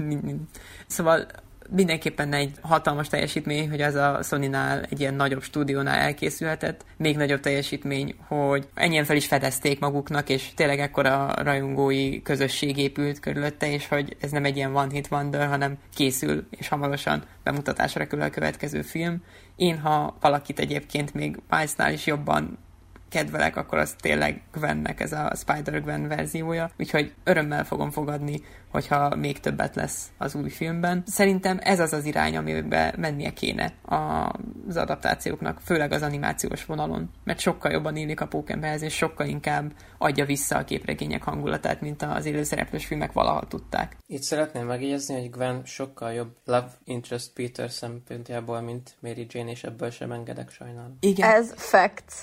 Szóval mindenképpen egy hatalmas teljesítmény, hogy ez a Sonynál egy ilyen nagyobb stúdiónál elkészülhetett. Még nagyobb teljesítmény, hogy ennyien fel is fedezték maguknak, és tényleg ekkora rajongói közösség épült körülötte, és hogy ez nem egy ilyen one hit wonder, hanem készül, és hamarosan bemutatásra kerül a következő film. Én, ha valakit egyébként még Milesnál is jobban kedvelek, akkor az tényleg Gwennek ez a Spider-Gwen verziója, úgyhogy örömmel fogom fogadni, hogyha még többet lesz az új filmben. Szerintem ez az az irány, amiben mennie kéne az adaptációknak, főleg az animációs vonalon, mert sokkal jobban illik a Pókemberhez, és sokkal inkább adja vissza a képregények hangulatát, mint az élőszereplős filmek valaha tudták. Itt szeretném megjegyezni, hogy Gwen sokkal jobb love interest Peter szempontjából, mint Mary Jane, és ebből sem engedek, sajnálom. Igen. Ez facts.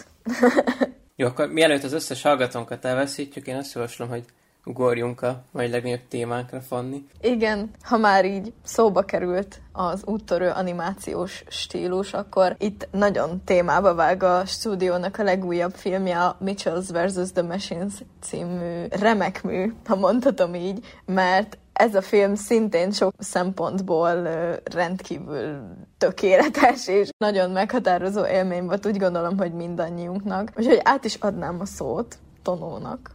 Jó, akkor mielőtt az összes hallgatónkat elveszítjük, én azt javaslom, hogy ugorjunk a mai legnagyobb témánkra, Fanni. Igen, ha már így szóba került az úttörő animációs stílus, akkor itt nagyon témába vág a stúdiónak a legújabb filmje, a Mitchells vs. The Machines című remek mű, ha mondhatom így, mert ez a film szintén sok szempontból rendkívül tökéletes, és nagyon meghatározó élmény volt, úgy gondolom, hogy mindannyiunknak. Úgyhogy át is adnám a szót Tonónak.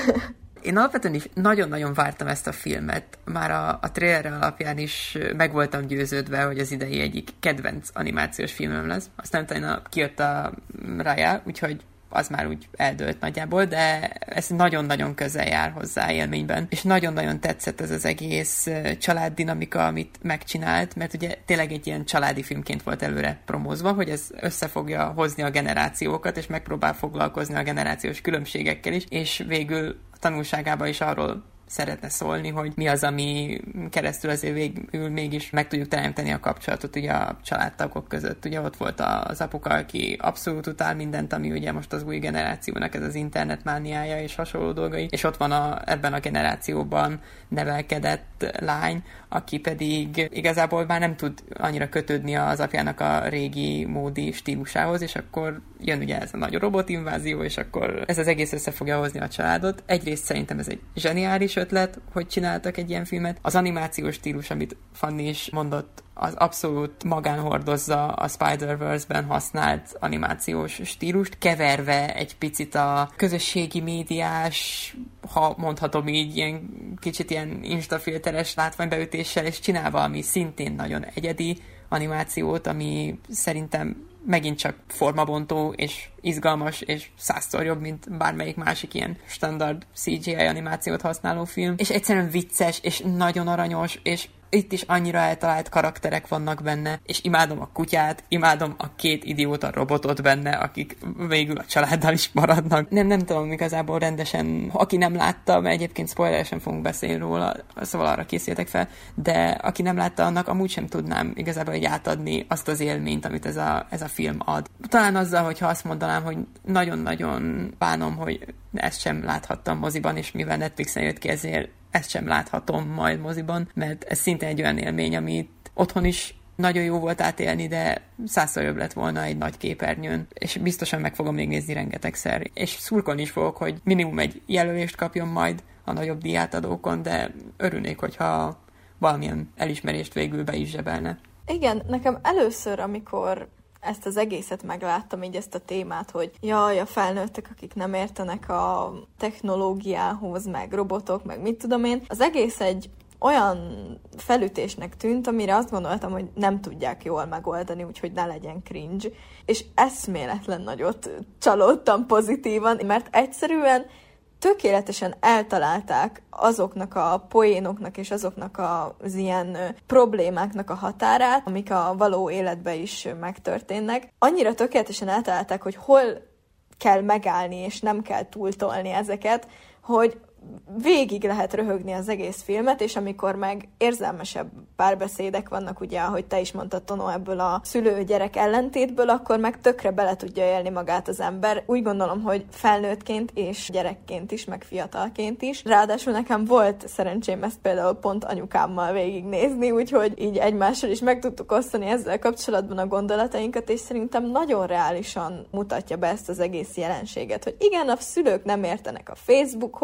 Én alapvetően is nagyon-nagyon vártam ezt a filmet. Már a trailer alapján is meg voltam győződve, hogy az idei egyik kedvenc animációs filmem lesz. Aztán utána kijött a Raya, úgyhogy az már úgy eldőlt nagyjából, de ez nagyon-nagyon közel jár hozzá élményben. És nagyon-nagyon tetszett ez az egész családdinamika, amit megcsinált, mert ugye tényleg egy ilyen családi filmként volt előre promózva, hogy ez össze fogja hozni a generációkat, és megpróbál foglalkozni a generációs különbségekkel is, és végül a tanulságában is arról szeretne szólni, hogy mi az, ami keresztül azért végül mégis meg tudjuk teremteni a kapcsolatot ugye a családtagok között. Ugye ott volt az apuka, aki abszolút utál mindent, ami ugye most az új generációnak ez az internetmániája és hasonló dolgai, és ott van ebben a generációban nevelkedett lány, aki pedig igazából már nem tud annyira kötődni az apjának a régi módi stílusához, és akkor jön ugye ez a nagy robotinvázió, és akkor ez az egész össze fogja hozni a családot. Egyrészt szerintem ez egy zseniális ötlet, hogy csináltak egy ilyen filmet. Az animációs stílus, amit Fanni is mondott, az abszolút magán hordozza a Spider-Verse-ben használt animációs stílust, keverve egy picit a közösségi médiás, ha mondhatom így, ilyen kicsit ilyen instafilteres látványbeütéssel, és csinál valami szintén nagyon egyedi animációt, ami szerintem megint csak formabontó, és izgalmas, és 100-szor jobb, mint bármelyik másik ilyen standard CGI animációt használó film. És egyszerűen vicces, és nagyon aranyos, és itt is annyira eltalált karakterek vannak benne, és imádom a kutyát, imádom a két idióta robotot benne, akik végül a családdal is maradnak. Nem tudom igazából rendesen, aki nem látta, mert egyébként spoileresen fogunk beszélni róla, szóval arra készültek fel, de aki nem látta, annak amúgy sem tudnám igazából így átadni azt az élményt, amit ez a film ad. Talán azzal, hogyha azt mondanám, hogy nagyon-nagyon bánom, hogy ezt sem láthattam moziban, és mivel Netflixen jött ki, ezért ezt sem láthatom majd moziban, mert ez szinte egy olyan élmény, amit otthon is nagyon jó volt átélni, de 100-szor jobb lett volna egy nagy képernyőn, és biztosan meg fogom még nézni rengetegszer. És szurkolni is fogok, hogy minimum egy jelölést kapjon majd a nagyobb díjátadókon, de örülnék, hogyha valamilyen elismerést végül be is zsebelne. Igen, nekem először, amikor ezt az egészet megláttam, így ezt a témát, hogy jaj, a felnőttek, akik nem értenek a technológiához, meg robotok, meg mit tudom én, az egész egy olyan felütésnek tűnt, amire azt gondoltam, hogy nem tudják jól megoldani, úgyhogy ne legyen cringe. És eszméletlen nagyot csalódtam pozitívan, mert egyszerűen tökéletesen eltalálták azoknak a poénoknak és azoknak az ilyen problémáknak a határát, amik a való életben is megtörténnek. Annyira tökéletesen eltalálták, hogy hol kell megállni, és nem kell túltolni ezeket, hogy végig lehet röhögni az egész filmet, és amikor meg érzelmesebb párbeszédek vannak, ugye, ahogy te is mondtad, Tonó, ebből a szülő-gyerek ellentétből, akkor meg tökre bele tudja élni magát az ember. Úgy gondolom, hogy felnőttként és gyerekként is, meg fiatalként is. Ráadásul nekem volt szerencsém ezt például pont anyukámmal végignézni, úgyhogy így egymással is meg tudtuk osztani ezzel kapcsolatban a gondolatainkat, és szerintem nagyon reálisan mutatja be ezt az egész jelenséget, hogy igen, a szülők nem értenek a Facebookhoz, meg a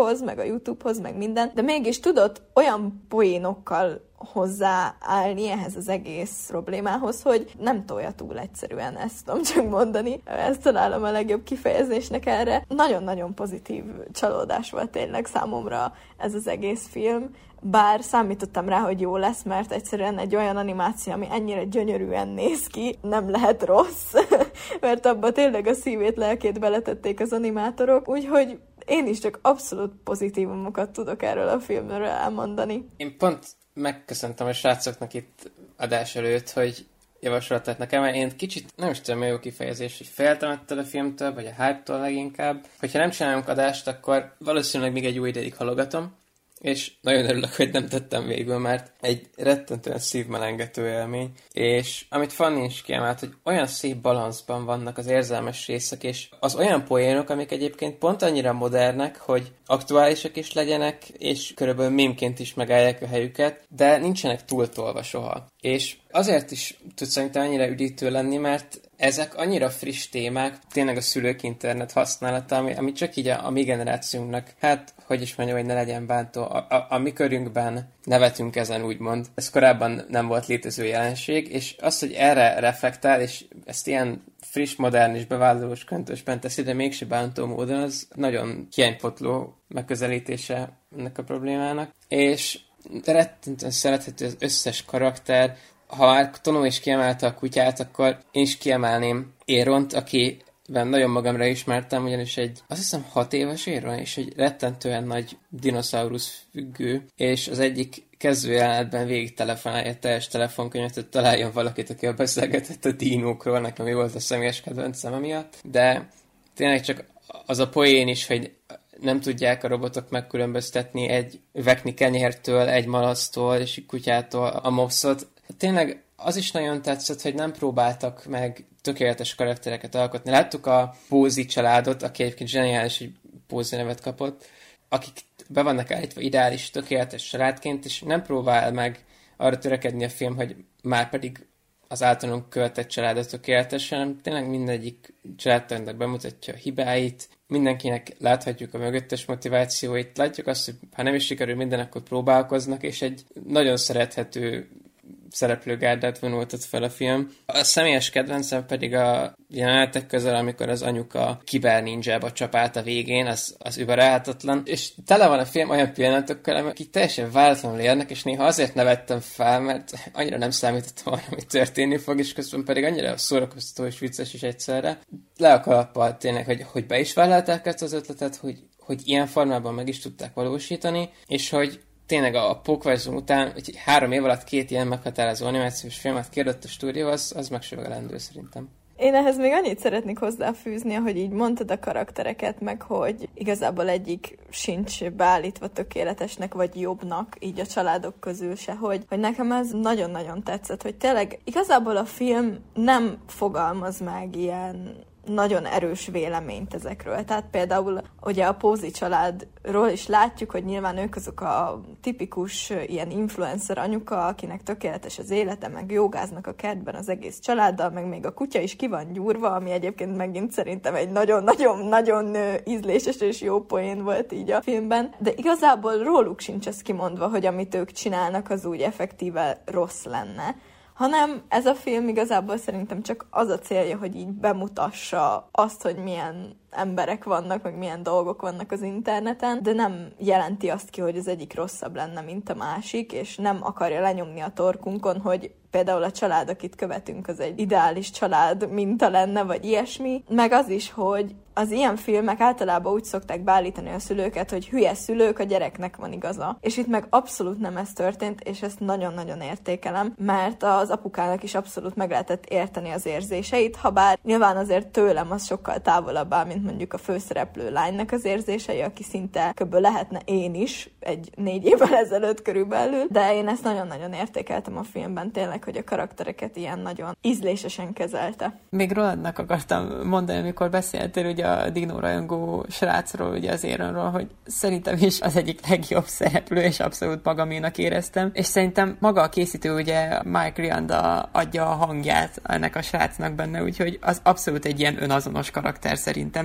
YouTube-hoz, meg minden, de mégis tudott olyan poénokkal hozzáállni ehhez az egész problémához, hogy nem tolja túl egyszerűen, ezt tudom csak mondani. Ezt találom a legjobb kifejezésnek erre. Nagyon-nagyon pozitív csalódás volt tényleg számomra ez az egész film, bár számítottam rá, hogy jó lesz, mert egyszerűen egy olyan animáció, ami ennyire gyönyörűen néz ki, nem lehet rossz, mert abba tényleg a szívét, lelkét beletették az animátorok, úgyhogy én is csak abszolút pozitívumokat tudok erről a filmről elmondani. Én pont megköszöntem a srácoknak itt adás előtt, hogy javasolták nekem, mert én kicsit, nem is tudom, jó kifejezés, hogy féltem ettől a filmtől, vagy a hype-tól leginkább. Hogyha nem csinálunk adást, akkor valószínűleg még egy jó ideig halogatom, és nagyon örülök, hogy nem tettem végül, mert egy rettentően szívmelengető élmény, és amit Fanni is kiemelt, hogy olyan szép balanszban vannak az érzelmes részek, és az olyan poénok, amik egyébként pont annyira modernek, hogy aktuálisak is legyenek, és körülbelül mémként is megállják a helyüket, de nincsenek túltolva soha. És azért is tud szerintem annyira üdítő lenni, mert ezek annyira friss témák, tényleg a szülők internet használata, ami csak így a mi generációnknak, hát, hogy is mondjam, hogy ne legyen bántó, a mi körünkben nevetünk ezen, úgymond. Ez korábban nem volt létező jelenség, és az, hogy erre reflektál, és ezt ilyen friss, modern és bevállalós köntösben teszi, de mégse bántó módon, az nagyon hiánypotló megközelítése ennek a problémának. És rettentően szerethető az összes karakter. Ha már Tonó is kiemelte a kutyát, akkor én is kiemelném Éront, akiben nagyon magamra ismertem, ugyanis azt hiszem 6 éves Éron, és egy rettentően nagy dinoszaurusz függő, és az egyik kezdő jelenetben végig telefonálja egy teljes telefonkönyvet, hogy találjon valakit, aki beszélgetett a dinókról, nekem mi volt a személyes kedvencem emiatt, de tényleg csak az a poén is, hogy nem tudják a robotok megkülönböztetni egy vekni kenyértől, egy malasztól és egy kutyától a mopszot. Tényleg az is nagyon tetszett, hogy nem próbáltak meg tökéletes karaktereket alkotni. Láttuk a Pózi családot, aki egyébként zseniális, hogy Pózi nevet kapott, akik be vannak állítva ideális, tökéletes családként, és nem próbál meg arra törekedni a film, hogy már pedig az általunk követett családot tökéletesen, hanem tényleg mindegyik családtagnak bemutatja a hibáit, mindenkinek láthatjuk a mögöttes motivációit, látjuk azt, hogy ha nem is sikerül minden, akkor próbálkoznak, és egy nagyon szerethető szereplőgárdát vonultat fel a film. A személyes kedvencem pedig a jelenetek közül, amikor az anyuka kiber ninjába csapált a végén, az überelhetetlen, és tele van a film olyan pillanatokkal, amik teljesen váratlanul érnek, és néha azért nevettem fel, mert annyira nem számítottam arra, hogy történni fog, és közben pedig annyira szórakoztató és vicces is egyszerre. Le a kalappal tényleg, hogy be is vállalták ezt az ötletet, hogy ilyen formában meg is tudták valósítani, és hogy tényleg a Pókvajzon után, hogy 3 év alatt 2 ilyen meghatározó animációs filmet kiadott a stúdió, az megsövegelendő szerintem. Én ehhez még annyit szeretnék hozzáfűzni, hogy így mondtad a karaktereket, meg hogy igazából egyik sincs beállítva tökéletesnek, vagy jobbnak, így a családok közül se, hogy nekem ez nagyon-nagyon tetszett, hogy tényleg igazából a film nem fogalmaz meg ilyen nagyon erős véleményt ezekről. Tehát például ugye a Pózi családról is látjuk, hogy nyilván ők azok a tipikus ilyen influencer anyuka, akinek tökéletes az élete, meg jogáznak a kertben az egész családdal, meg még a kutya is ki van gyúrva, ami egyébként megint szerintem egy nagyon-nagyon ízléses és jó poén volt így a filmben. De igazából róluk sincs ez kimondva, hogy amit ők csinálnak, az úgy effektíve rossz lenne, hanem ez a film igazából szerintem csak az a célja, hogy így bemutassa azt, hogy milyen emberek vannak, meg milyen dolgok vannak az interneten, de nem jelenti azt ki, hogy az egyik rosszabb lenne, mint a másik, és nem akarja lenyomni a torkunkon, hogy például a család, akit követünk, az egy ideális család minta lenne, vagy ilyesmi. Meg az is, hogy az ilyen filmek általában úgy szokták beállítani a szülőket, hogy hülye szülők, a gyereknek van igaza. És itt meg abszolút nem ez történt, és ezt nagyon-nagyon értékelem, mert az apukának is abszolút meg lehetett érteni az érzéseit, habár nyilván azért tőlem az sokkal távolabb áll, mint mondjuk a főszereplő lánynak az érzései, aki szinte köbben lehetne én is, egy 4 évvel ezelőtt körülbelül, de én ezt nagyon-nagyon értékeltem a filmben tényleg, hogy a karaktereket ilyen nagyon ízlésesen kezelte. Még Rolandnak akartam mondani, amikor beszéltél ugye a Dino rajongó srácról, ugye az Éronról, hogy szerintem is az egyik legjobb szereplő, és abszolút magaménak éreztem, és szerintem maga a készítő, ugye Mike Rianda adja a hangját ennek a srácnak benne, úgyhogy az abszolút egy ilyen önazonos karakter szerintem,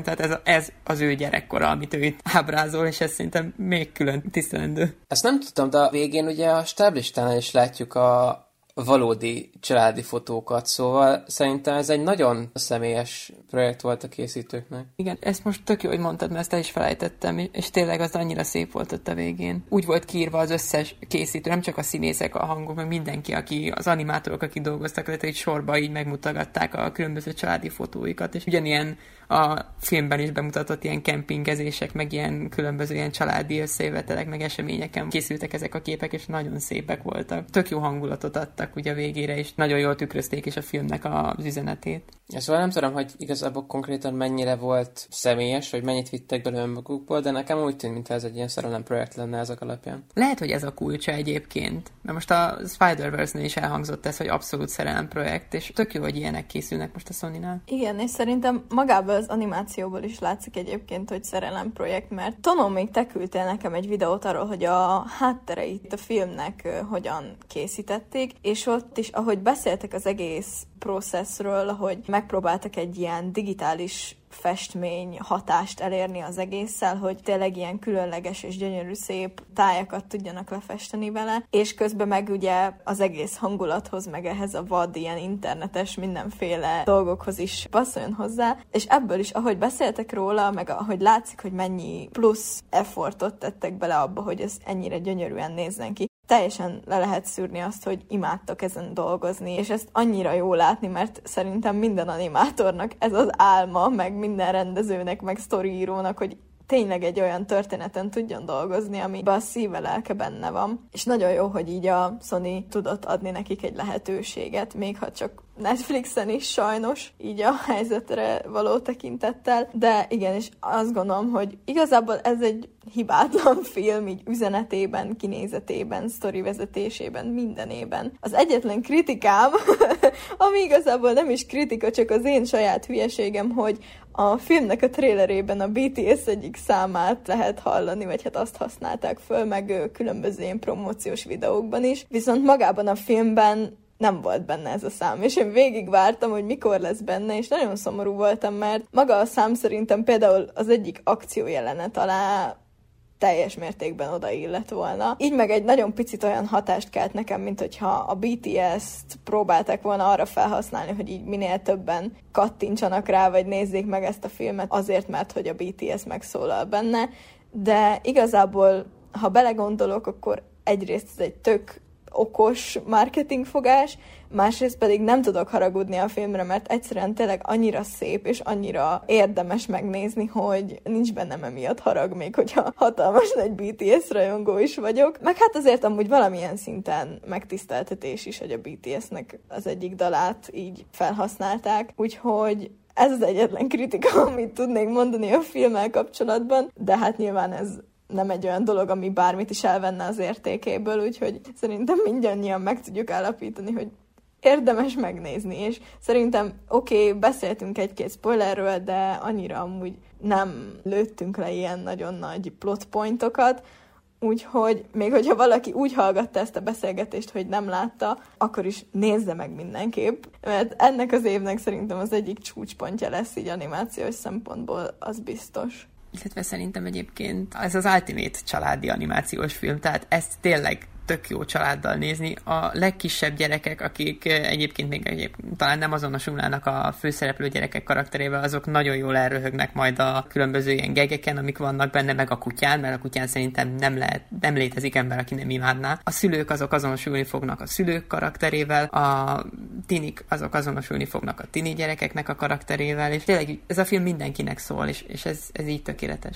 emlékszem, tehát ez az ő gyerekkora, amit ő itt ábrázol, és ez szerintem még külön tisztelendő. Ezt nem tudtam, de a végén ugye a stáblistánál is látjuk a valódi családi fotókat, szóval szerintem ez egy nagyon személyes projekt volt a készítőknek. Igen, ezt most tök jó, hogy mondtad, mert ezt el is felejtettem, és tényleg az annyira szép volt ott a végén. Úgy volt kiírva az összes készítő, nem csak a színészek, a hangok, meg mindenki, az animátorok, akik dolgoztak, tehát egy sorba így megmutatták a különböző családi fotóikat, és ugyanilyen a filmben is bemutatott ilyen kempingezések, meg ilyen különböző ilyen családi összejövetelek, meg eseményeken készültek ezek a képek, és nagyon szépek voltak. Tök jó hangulatot adtak ugye a végére, és nagyon jól tükrözték is a filmnek az üzenetét. Szóval nem tudom, hogy igazából konkrétan mennyire volt személyes, vagy mennyit vittek belőle magukból, de nekem úgy tűnt, mintha ez egy ilyen szerelem projekt lenne ezek alapján. Lehet, hogy ez a kulcsa egyébként. Mert most a Spider-Verse-nél is elhangzott ez, hogy abszolút szerelem projekt, és tök jó, hogy ilyenek készülnek most a Sony-nál. Igen, és szerintem magában az animációból is látszik egyébként, hogy szerelem projekt, mert Tono, még te küldtél nekem egy videót arról, hogy a háttereit a filmnek hogyan készítették, és ott is, ahogy beszéltek az egész processről, hogy megpróbáltak egy ilyen digitális festmény hatást elérni az egésszel, hogy tényleg ilyen különleges és gyönyörű szép tájakat tudjanak lefesteni vele, és közben meg ugye az egész hangulathoz, meg ehhez a vad ilyen internetes mindenféle dolgokhoz is passzoljon hozzá, és ebből is, ahogy beszéltek róla, meg ahogy látszik, hogy mennyi plusz effortot tettek bele abba, hogy ez ennyire gyönyörűen nézzen ki, teljesen le lehet szűrni azt, hogy imádtak ezen dolgozni, és ezt annyira jó látni, mert szerintem minden animátornak ez az álma, meg minden rendezőnek, meg sztoriírónak, hogy tényleg egy olyan történeten tudjon dolgozni, amiben a szíve, lelke benne van. És nagyon jó, hogy így a Sony tudott adni nekik egy lehetőséget, még ha csak Netflixen is sajnos, így a helyzetre való tekintettel, de igen, és azt gondolom, hogy igazából ez egy hibátlan film, így üzenetében, kinézetében, sztorivezetésében, mindenében. Az egyetlen kritikám, ami igazából nem is kritika, csak az én saját hülyeségem, hogy a filmnek a trailerében a BTS egyik számát lehet hallani, vagy hát azt használták föl, meg különböző ilyen promóciós videókban is, viszont magában a filmben nem volt benne ez a szám, és én végigvártam, hogy mikor lesz benne, és nagyon szomorú voltam, mert maga a szám szerintem például az egyik akciójelenet alá teljes mértékben odaillett volna. Így meg egy nagyon picit olyan hatást kelt nekem, mint hogyha a BTS-t próbálták volna arra felhasználni, hogy így minél többen kattintsanak rá, vagy nézzék meg ezt a filmet azért, mert hogy a BTS megszólal benne, de igazából, ha belegondolok, akkor egyrészt ez egy tök okos marketingfogás, másrészt pedig nem tudok haragudni a filmre, mert egyszerűen tényleg annyira szép és annyira érdemes megnézni, hogy nincs bennem emiatt harag, még hogyha hatalmas nagy BTS rajongó is vagyok. Meg hát azért amúgy valamilyen szinten megtiszteltetés is, hogy a BTS-nek az egyik dalát így felhasználták, úgyhogy ez az egyetlen kritika, amit tudnék mondani a filmmel kapcsolatban, de hát nyilván ez nem egy olyan dolog, ami bármit is elvenne az értékéből, úgyhogy szerintem mindannyian meg tudjuk állapítani, hogy érdemes megnézni, és szerintem beszéltünk egy-két spoilerről, de annyira amúgy nem lőttünk le ilyen nagyon nagy plot pointokat, úgyhogy még hogyha valaki úgy hallgatta ezt a beszélgetést, hogy nem látta, akkor is nézze meg mindenképp, mert ennek az évnek szerintem az egyik csúcspontja lesz így animációs szempontból, az biztos. Illetve szerintem egyébként ez az ultimate családi animációs film, tehát ezt tényleg tök jó családdal nézni. A legkisebb gyerekek, akik egyébként még talán nem azonosulnának a főszereplő gyerekek karakterével, azok nagyon jól elröhögnek majd a különböző ilyen gegeken, amik vannak benne, meg a kutyán, mert a kutyán szerintem nem létezik ember, aki nem imádná. A szülők azok azonosulni fognak a szülők karakterével, a tinik azok azonosulni fognak a tini gyerekeknek a karakterével, és tényleg ez a film mindenkinek szól, és ez így tökéletes.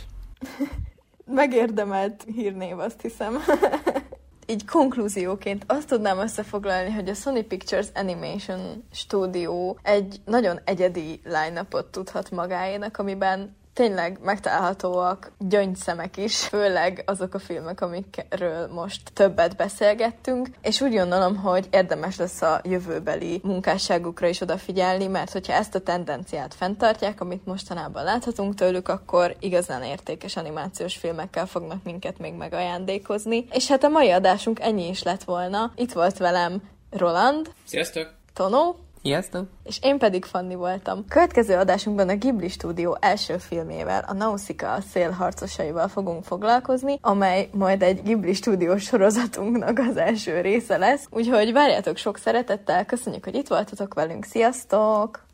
Megérdemelt hírnév, azt hiszem. Így konklúzióként azt tudnám összefoglalni, hogy a Sony Pictures Animation Studio egy nagyon egyedi line-upot tudhat magáénak, amiben tényleg megtalálhatóak gyöngyszemek is, főleg azok a filmek, amikről most többet beszélgettünk, és úgy gondolom, hogy érdemes lesz a jövőbeli munkásságukra is odafigyelni, mert hogyha ezt a tendenciát fenntartják, amit mostanában láthatunk tőlük, akkor igazán értékes animációs filmekkel fognak minket még megajándékozni. És hát a mai adásunk ennyi is lett volna. Itt volt velem Roland. Sziasztok! Tono. Sziasztok! És én pedig Fanni voltam. Következő adásunkban a Ghibli stúdió első filmével, a Nausicaa szél harcosaival fogunk foglalkozni, amely majd egy Ghibli stúdiós sorozatunknak az első része lesz. Úgyhogy várjátok sok szeretettel, köszönjük, hogy itt voltatok velünk, sziasztok!